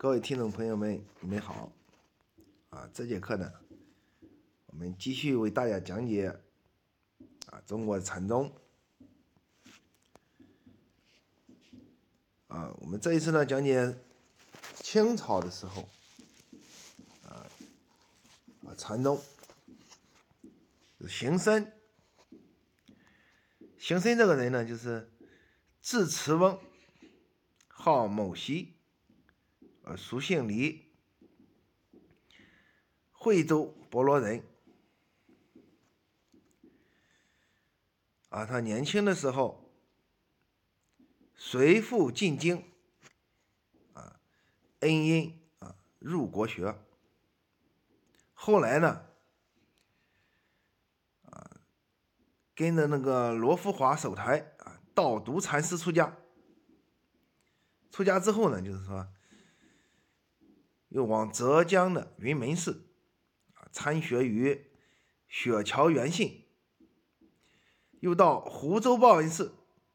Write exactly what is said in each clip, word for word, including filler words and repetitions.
各位听众朋友们，你们好！啊，这节课呢，我们继续为大家讲解啊中国禅宗。啊，我们这一次呢讲解清朝的时候，啊啊禅宗行深。行深这个人呢，就是字慈翁，号某熙，呃，俗姓李，惠州博罗人。啊，他年轻的时候随父进京，啊，恩因啊入国学。后来呢，啊，跟着那个罗福华守台啊，道独禅师出家。出家之后呢，就是说，又往浙江的云门寺啊参学于雪桥元信，又到湖州报恩寺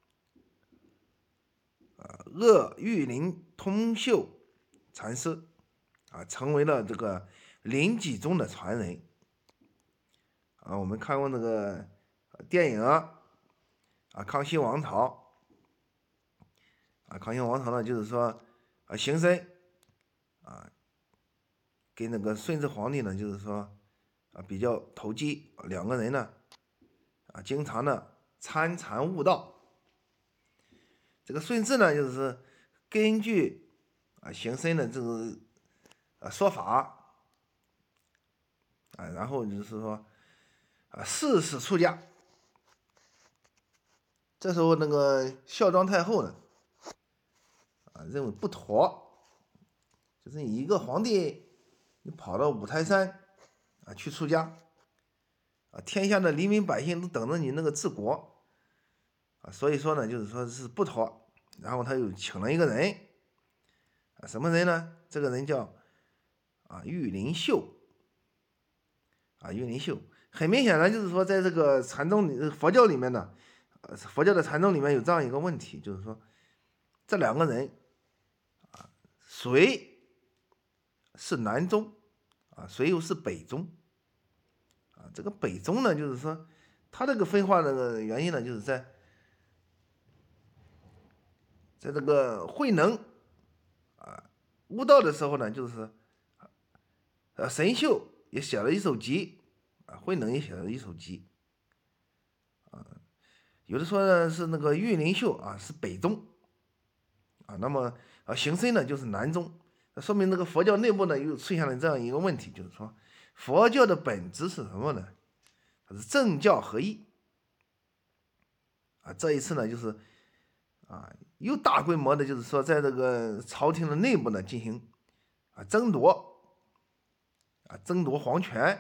啊鄂玉林通秀禅师啊，成为了这个临济宗的传人。啊，我们看过那个电影啊，《康熙王朝》啊，《康熙王朝》呢，就是说啊，行深啊，跟那个顺治皇帝呢，就是说啊比较投机，两个人呢啊经常的参禅悟道。这个顺治呢，就是根据啊行深的这个啊说法啊，然后就是说啊誓死出家。这时候那个孝庄太后呢啊认为不妥，就是你一个皇帝，你跑到五台山啊去出家啊，天下的黎民百姓都等着你那个治国啊，所以说呢，就是说是不妥。然后他又请了一个人啊，什么人呢？这个人叫啊玉林秀啊玉林秀。很明显呢，就是说在这个禅宗里佛教里面呢，呃佛教的禅宗里面有这样一个问题，就是说这两个人啊，谁是南宗啊，谁又是北宗啊？这个北宗呢，就是说他这个分化的原因呢，就是在在这个慧能啊悟道的时候呢，就是呃神秀也写了一首集啊，慧能也写了一首集啊。有的说呢是那个玉林秀啊是北宗啊，那么啊行深呢就是南宗，说明这个佛教内部呢又出现了这样一个问题，就是说佛教的本质是什么呢？它是政教合一啊。这一次呢就是啊又大规模的，就是说在这个朝廷的内部呢进行啊争夺啊争夺皇权。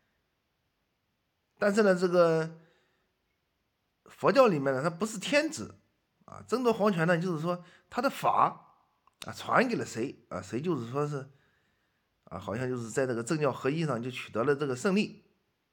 但是呢，这个佛教里面呢，它不是天子啊，争夺皇权呢，就是说他的法啊传给了谁啊，谁就是说是啊，好像就是在这个政教合一上就取得了这个胜利。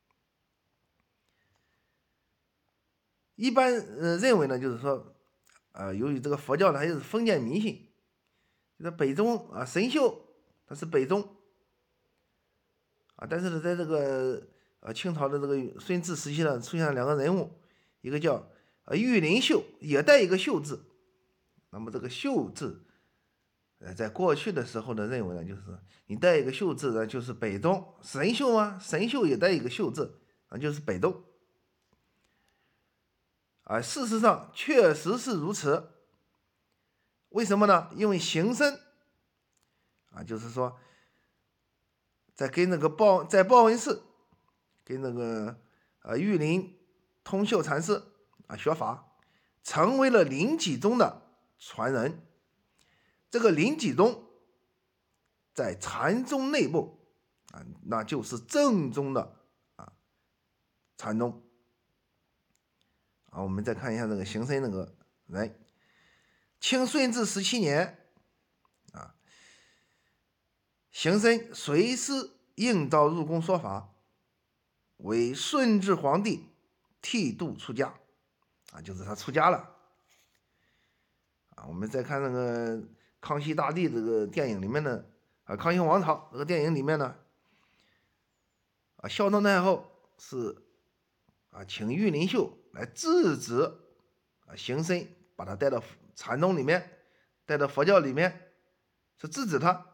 一般呃认为呢，就是说啊，由于这个佛教呢，它就是封建迷信，就是北宗啊神秀他是北宗啊，但是呢，在这个呃清朝的这个顺治时期呢，出现了两个人物，一个叫呃玉林秀，也带一个秀字。那么这个秀字，呃，在过去的时候呢，认为呢，就是你带一个秀字呢，就是北宗神秀吗？神秀也带一个秀字啊，就是北宗。啊，事实上确实是如此。为什么呢？因为行深啊，就是说。在跟那个报在报恩寺跟那个呃玉林通秀禅师啊学法，成为了临济宗的传人。这个临济宗在禅宗内部啊，那就是正宗的啊禅宗啊。我们再看一下这个行深那个人，清顺治十七年啊。行深随师应召入宫说法，为顺治皇帝剃度出家啊，就是他出家了啊。我们再看那个康熙大帝这个电影里面呢，啊，康熙王朝这个电影里面呢，啊，孝庄太后是啊，请玉林秀来制止啊邢参，把他带到禅宗里面，带到佛教里面，是制止他。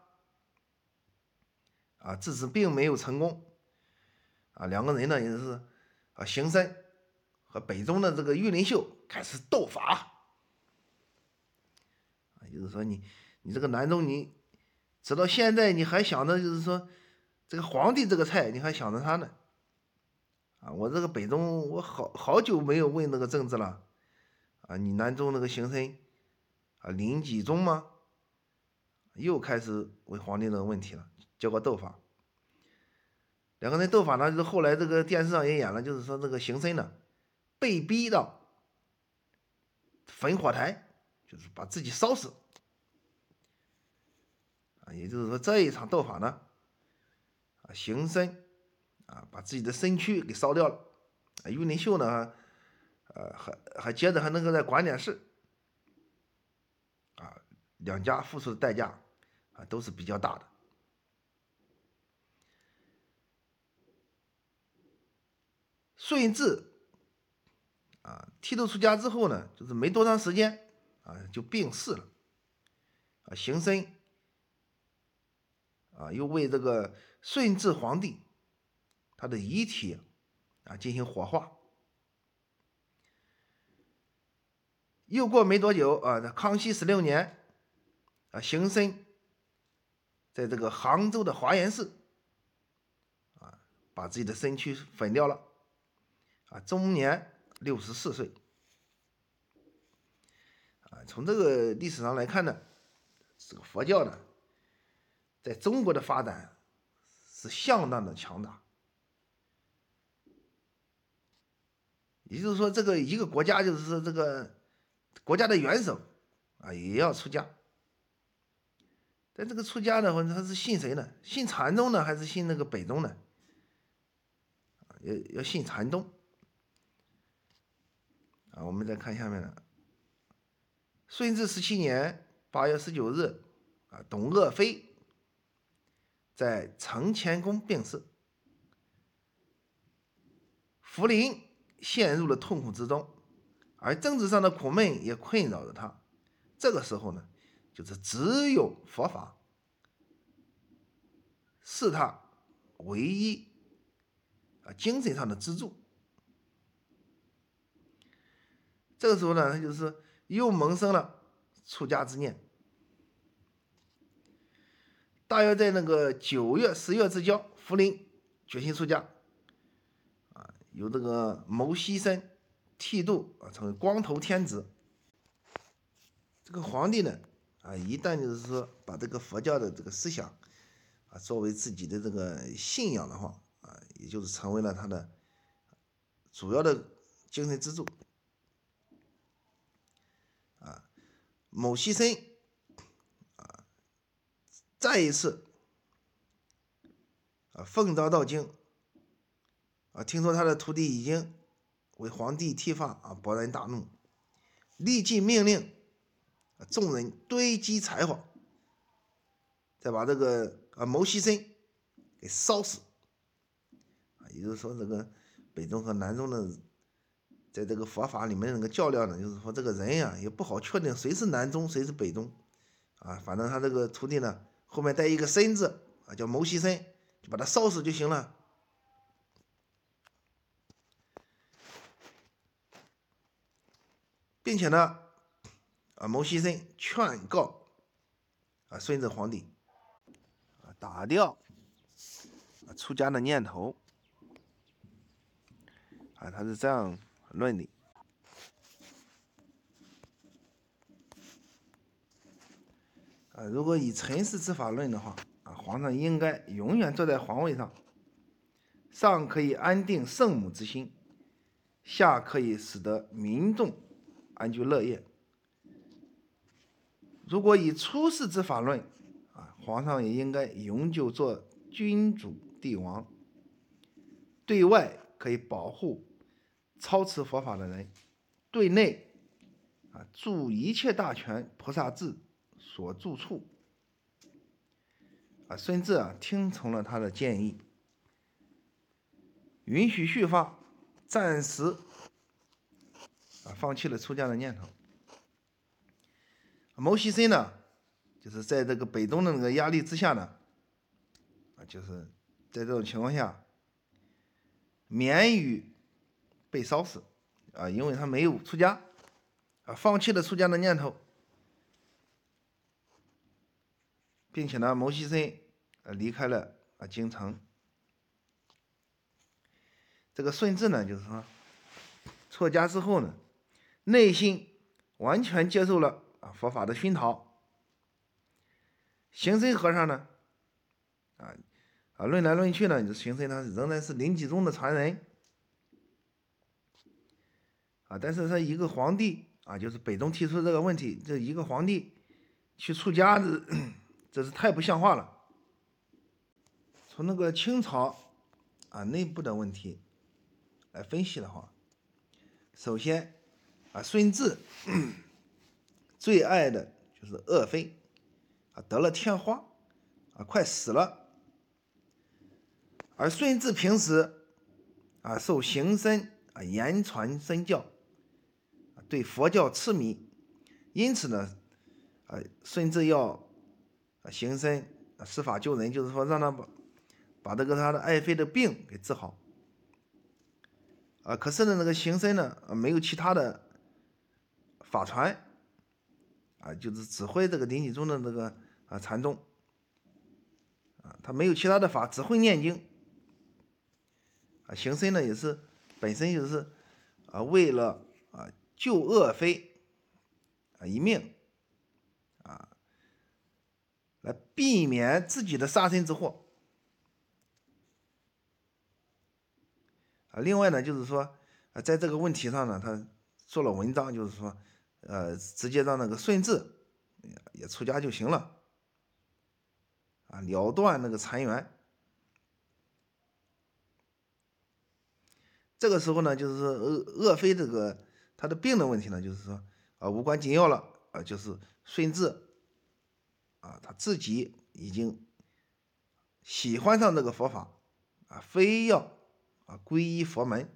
啊，制止并没有成功。啊，两个人呢也是啊，邢参和北宗的这个玉林秀开始斗法。啊，就是说你你这个南宗你直到现在你还想着就是说这个皇帝这个菜你还想着他呢。啊，我这个北宗我好好久没有问那个政治了。啊，你南宗那个邢参啊临几宗吗？又开始为皇帝的问题了，结果斗法。两个人斗法呢，就是后来这个电视上也演了，就是说这个邢参呢被逼到焚火台，就是把自己烧死。啊，也就是说这一场斗法呢，啊，邢参啊把自己的身躯给烧掉了。啊，玉林秀呢，呃，还还接着还能够再管点事。啊，两家付出的代价啊都是比较大的。顺治啊剃度出家之后呢，就是没多长时间啊就病逝了。啊，邢参啊又为这个顺治皇帝他的遗体啊进行火化。又过没多久啊，康熙十六年啊，邢参在这个杭州的华严寺啊把自己的身躯焚掉了。啊，终年六十四岁。啊，从这个历史上来看呢，这个佛教呢，在中国的发展是相当的强大。也就是说，这个一个国家就是说这个国家的元首啊也要出家。但这个出家呢，他是信谁呢？信禅宗呢，还是信那个北宗呢？要要信禅宗。啊，我们再看下面的。顺治十七年八月十九日，啊，董鄂妃在承乾宫病逝。福临陷入了痛苦之中，而政治上的苦闷也困扰着他。这个时候呢，就是只有佛法是他唯一啊精神上的支柱。这个时候呢，他就是又萌生了出家之念。大约在那个九月、十月之交，福临决心出家。啊，由这个牟西参剃度啊，成为光头天子。这个皇帝呢，啊，一旦就是说把这个佛教的这个思想啊作为自己的这个信仰的话，啊，也就是成为了他的主要的精神支柱。啊，牟西参啊，再一次啊奉诏到京。啊，听说他的徒弟已经为皇帝剃发啊，勃然大怒，立即命令众人堆积柴火，再把这个啊牟西参给烧死。啊，也就是说，这个北宗和南宗的，在这个佛法里面那个较量呢，就是说这个人呀、啊、也不好确定谁是南宗谁是北宗。啊，反正他这个徒弟呢后面带一个参字啊，叫牟西参，就把他烧死就行了。并且呢，啊，牟西参劝告啊顺治皇帝啊打掉啊出家的念头。啊，他是这样论的。啊，如果以陈氏之法论的话，啊，皇上应该永远坐在皇位上，上可以安定圣母之心，下可以使得民众安居乐业。如果以出世之法论，啊，皇上也应该永久做君主帝王，对外可以保护操持佛法的人，对内啊助一切大权菩萨智所住处。啊，孙志啊听从了他的建议，允许续发，暂时啊放弃了出家的念头。牟西生呢，就是在这个北东的那个压力之下呢，啊，就是在这种情况下，免于被烧死啊，因为他没有出家啊，放弃了出家的念头，并且呢，牟西生呃离开了啊京城。这个顺治呢，就是说出家之后呢，内心完全接受了啊佛法的熏陶。行深和尚呢，啊啊论来论去呢，行深他仍然是临济宗的传人啊，但是他一个皇帝啊，就是北东提出这个问题，这一个皇帝去出家，这是太不像话了。从那个清朝啊内部的问题来分析的话，首先啊，孙治最爱的就是鄂妃啊，得了天花啊，快死了。而孙治平时啊，受行深啊言传身教，对佛教痴迷，因此呢，啊，孙治要啊行深啊施法救人，就是说让他把把这个他的爱妃的病给治好。啊，可是呢，那个行深呢，啊，没有其他的法传，啊，就是指挥这个临济宗的这个啊禅宗，啊，他没有其他的法，只会念经。啊，行深呢也是本身就是啊为了啊救鄂妃啊一命，啊，来避免自己的杀身之祸。啊，另外呢，就是说，啊，在这个问题上呢，他做了文章，就是说，呃，直接让那个顺治也出家就行了，啊，了断那个残缘。这个时候呢，就是鄂鄂妃这个他的病的问题呢，就是说，啊，无关紧要了，啊，就是顺治，啊，他自己已经喜欢上这个佛法，啊，非要啊皈依佛门。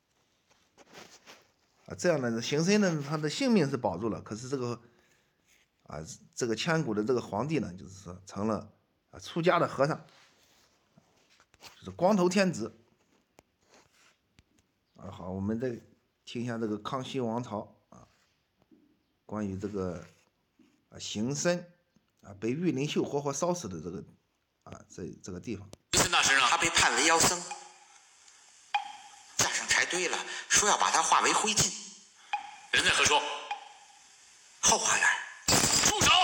啊，这样呢，行深呢，他的性命是保住了，可是这个啊，这个千古的这个皇帝呢，就是说成了啊出家的和尚，就是光头天子。啊，好，我们再听一下这个康熙王朝啊，关于这个啊行深啊被玉林秀活活烧死的这个啊这这个地方。 行深大师呢，他被判为妖僧，架上柴堆了，说要把他化为灰烬。 人在何处？ 后花园。 住手！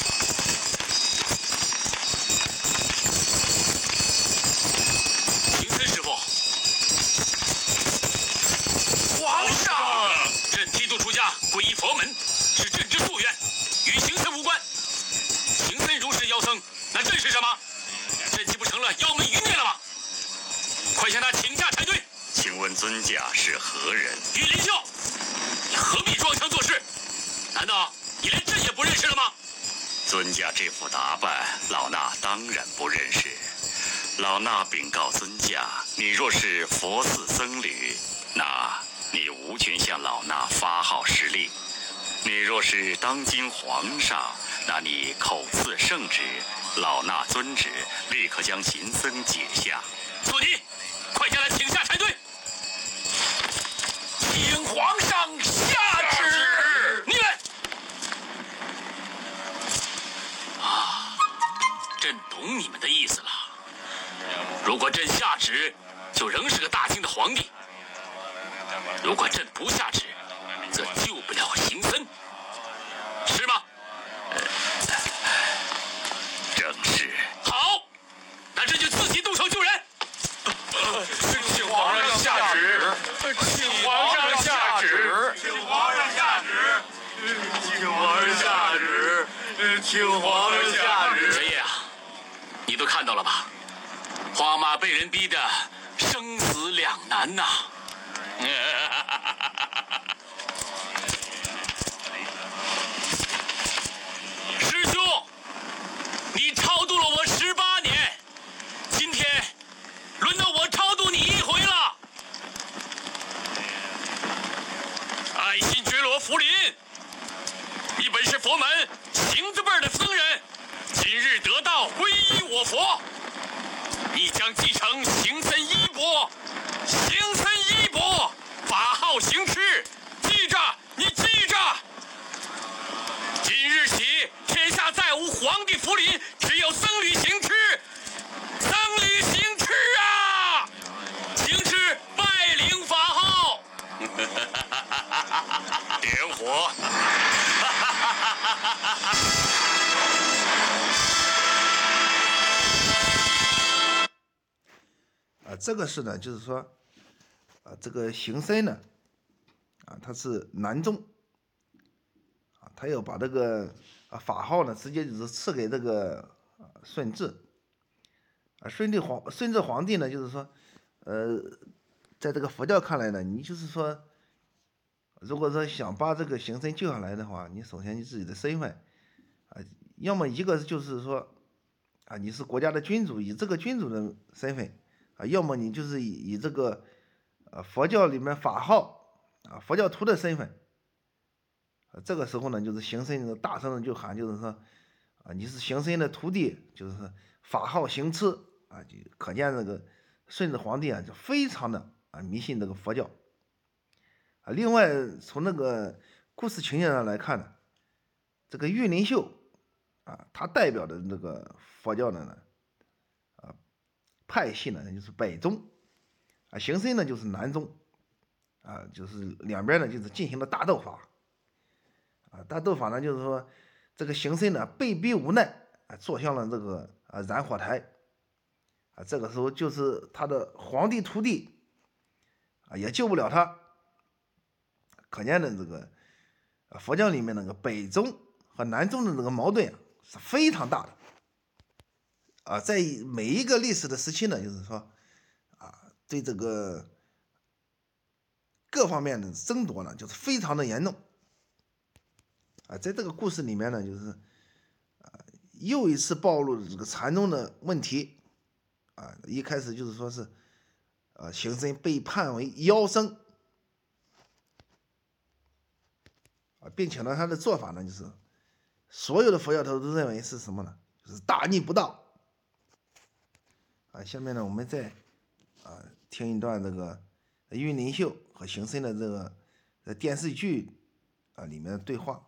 行深师傅， 皇上， 朕剃度出家，皈依佛门，是朕之夙愿，与行深无关。行深如是妖僧，那朕是什么？朕岂不成了妖门余孽了吗？快向他请假才对。 请问尊驾是何人？ 玉林秀，你何必装腔作势？难道你连朕也不认识了吗？ 尊驾这副打扮，老衲当然不认识。老衲禀告尊驾，你若是佛寺僧侣，那你无权向老衲发号施令；你若是当今皇上，那你口赐圣旨，老衲遵旨，立刻将行僧解下。 索尼，快下来请下才对。 请皇上下旨。 你来。啊，朕懂你们的意思了。如果朕下旨，就仍是个大清的皇帝；如果朕不下旨，则救不了行僧，是吗？ 正是。 好，那朕就自己动手救人。 请皇上下旨，请皇上下旨，请皇上下旨，请皇上下旨，请皇上下旨。 爷爷啊，你都看到了吧？花妈被人逼得生死两难呐、师兄， 这个是呢，就是说，啊，这个行僧呢，啊，他是南宗，啊，他要把这个啊法号呢，直接就是赐给这个啊顺治，啊，顺治皇顺治皇帝呢，就是说，呃，在这个佛教看来呢，你就是说，如果说想把这个行僧救下来的话，你首先你自己的身份，啊，要么一个就是说。啊，你是国家的君主，以这个君主的身份啊，要么你就是以以这个呃佛教里面法号啊佛教徒的身份，啊，这个时候呢，就是行僧大声的就喊，就是说啊，你是行僧的徒弟，就是说法号行持啊，就可见这个顺治皇帝啊，就非常的啊迷信这个佛教啊。另外从那个故事情节上来看呢，这个玉林秀。啊，他代表的这个佛教的呢，啊派系呢就是北宗，啊行僧呢就是南宗，啊就是两边呢就是进行了大斗法，啊大斗法呢就是说这个行僧呢被逼无奈啊坐向了这个啊燃火台，啊这个时候就是他的皇帝徒弟啊也救不了他，可见的这个啊佛教里面那个北宗和南宗的这个矛盾啊。是非常大的，啊，在每一个历史的时期呢，就是说，啊，对这个各方面的争夺呢，就是非常的严重，啊，在这个故事里面呢，就是，啊，又一次暴露了这个禅宗的问题，啊，一开始就是说是，啊，行僧被判为妖僧，啊，并且呢，他的做法呢，就是。所有的佛教徒都认为是什么呢？就是大逆不道。啊，下面呢，我们再啊听一段这个玉林秀和行僧的这个呃电视剧啊里面的对话。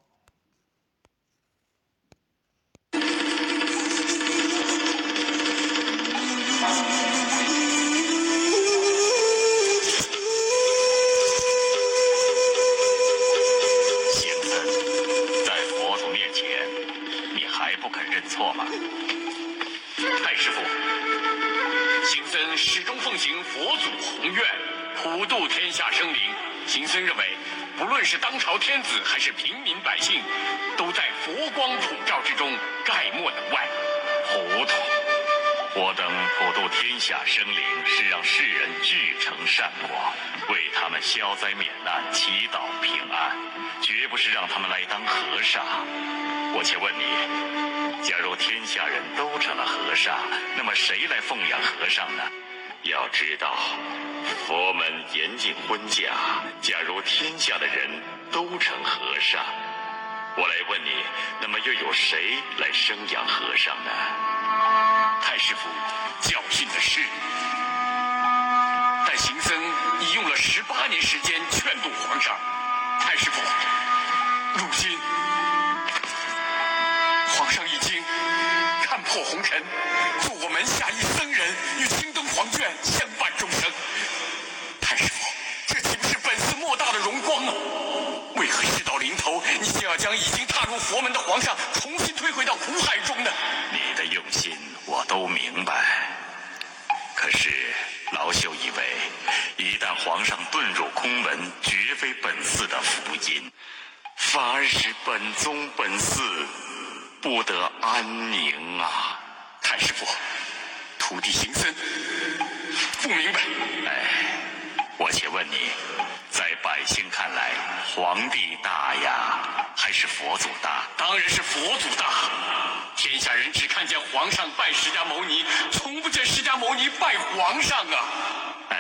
错吗？ 太师傅，行僧始终奉行佛祖宏愿，普度天下生灵。行僧认为，不论是当朝天子还是平民百姓，都在佛光普照之中，概莫能外。 糊涂！我等普度天下生灵，是让世人至诚善果，为他们消灾免难、祈祷平安，绝不是让他们来当和尚。我且问你，假如天下人都成了和尚，那么谁来奉养和尚呢？要知道，佛门严禁婚嫁，假如天下的人都成和尚，我来问你，那么又有谁来生养和尚呢？ 太师傅，教训的是，但行僧已用了十八年时间劝度皇上。太师傅，如今皇上已经看破红尘，助我门下一僧人与青灯黄卷相伴终生。太师傅，这岂不是本司莫大的荣光吗？为何事到临头，你就要将已经踏入佛门的皇上重新推回到苦海中呢？ 你的用心我都明白，可是老朽以为，一旦皇上遁入空门，绝非本寺的福音，反而使本宗本寺不得安宁啊！ 太师傅，徒弟行僧不明白。 哎，我且问你，在百姓看来，皇帝大呀，还是佛祖大？ 当然是佛祖大。天下人只看见皇上拜释迦牟尼，从不见释迦牟尼拜皇上啊！ 哎，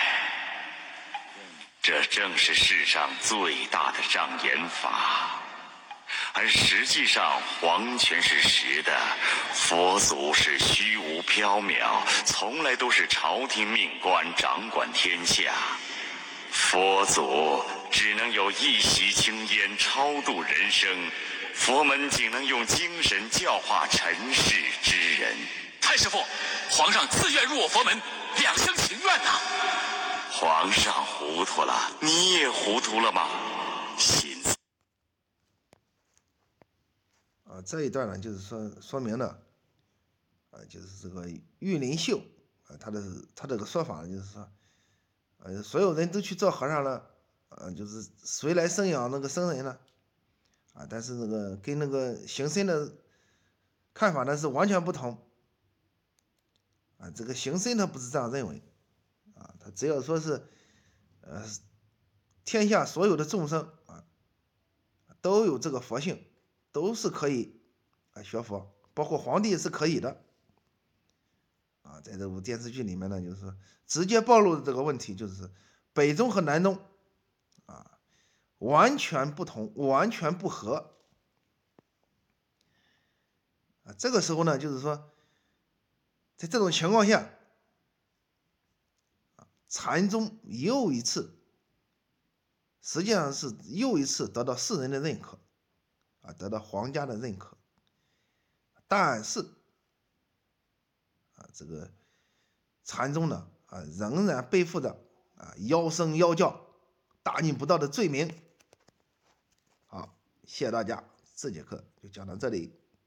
这正是世上最大的障眼法。而实际上，皇权是实的，佛祖是虚无缥缈，从来都是朝廷命官掌管天下。佛祖只能有一袭青烟超度人生，佛门仅能用精神教化尘世之人。 太师傅，皇上自愿入我佛门，两厢情愿呐、啊。 皇上糊涂了，你也糊涂了吗？心思。 啊，这一段呢，就是说说明了，啊，就是这个玉林秀呃，他的他这个说法就是说，呃，所有人都去做和尚了，呃，就是谁来生养那个僧人呢？啊，但是那个跟那个行僧的看法呢是完全不同。啊，这个行僧他不是这样认为，啊，他只要说是，呃，天下所有的众生啊，都有这个佛性，都是可以啊学佛，包括皇帝是可以的。啊，在这部电视剧里面呢，就是说直接暴露的这个问题，就是北宗和南宗啊完全不同，完全不合。啊，这个时候呢，就是说，在这种情况下，禅宗又一次，实际上是又一次得到世人的认可，啊，得到皇家的认可。但是，啊，这个禅宗呢，啊，仍然背负着啊妖僧妖教、大逆不道的罪名。好，谢谢大家，这节课就讲到这里。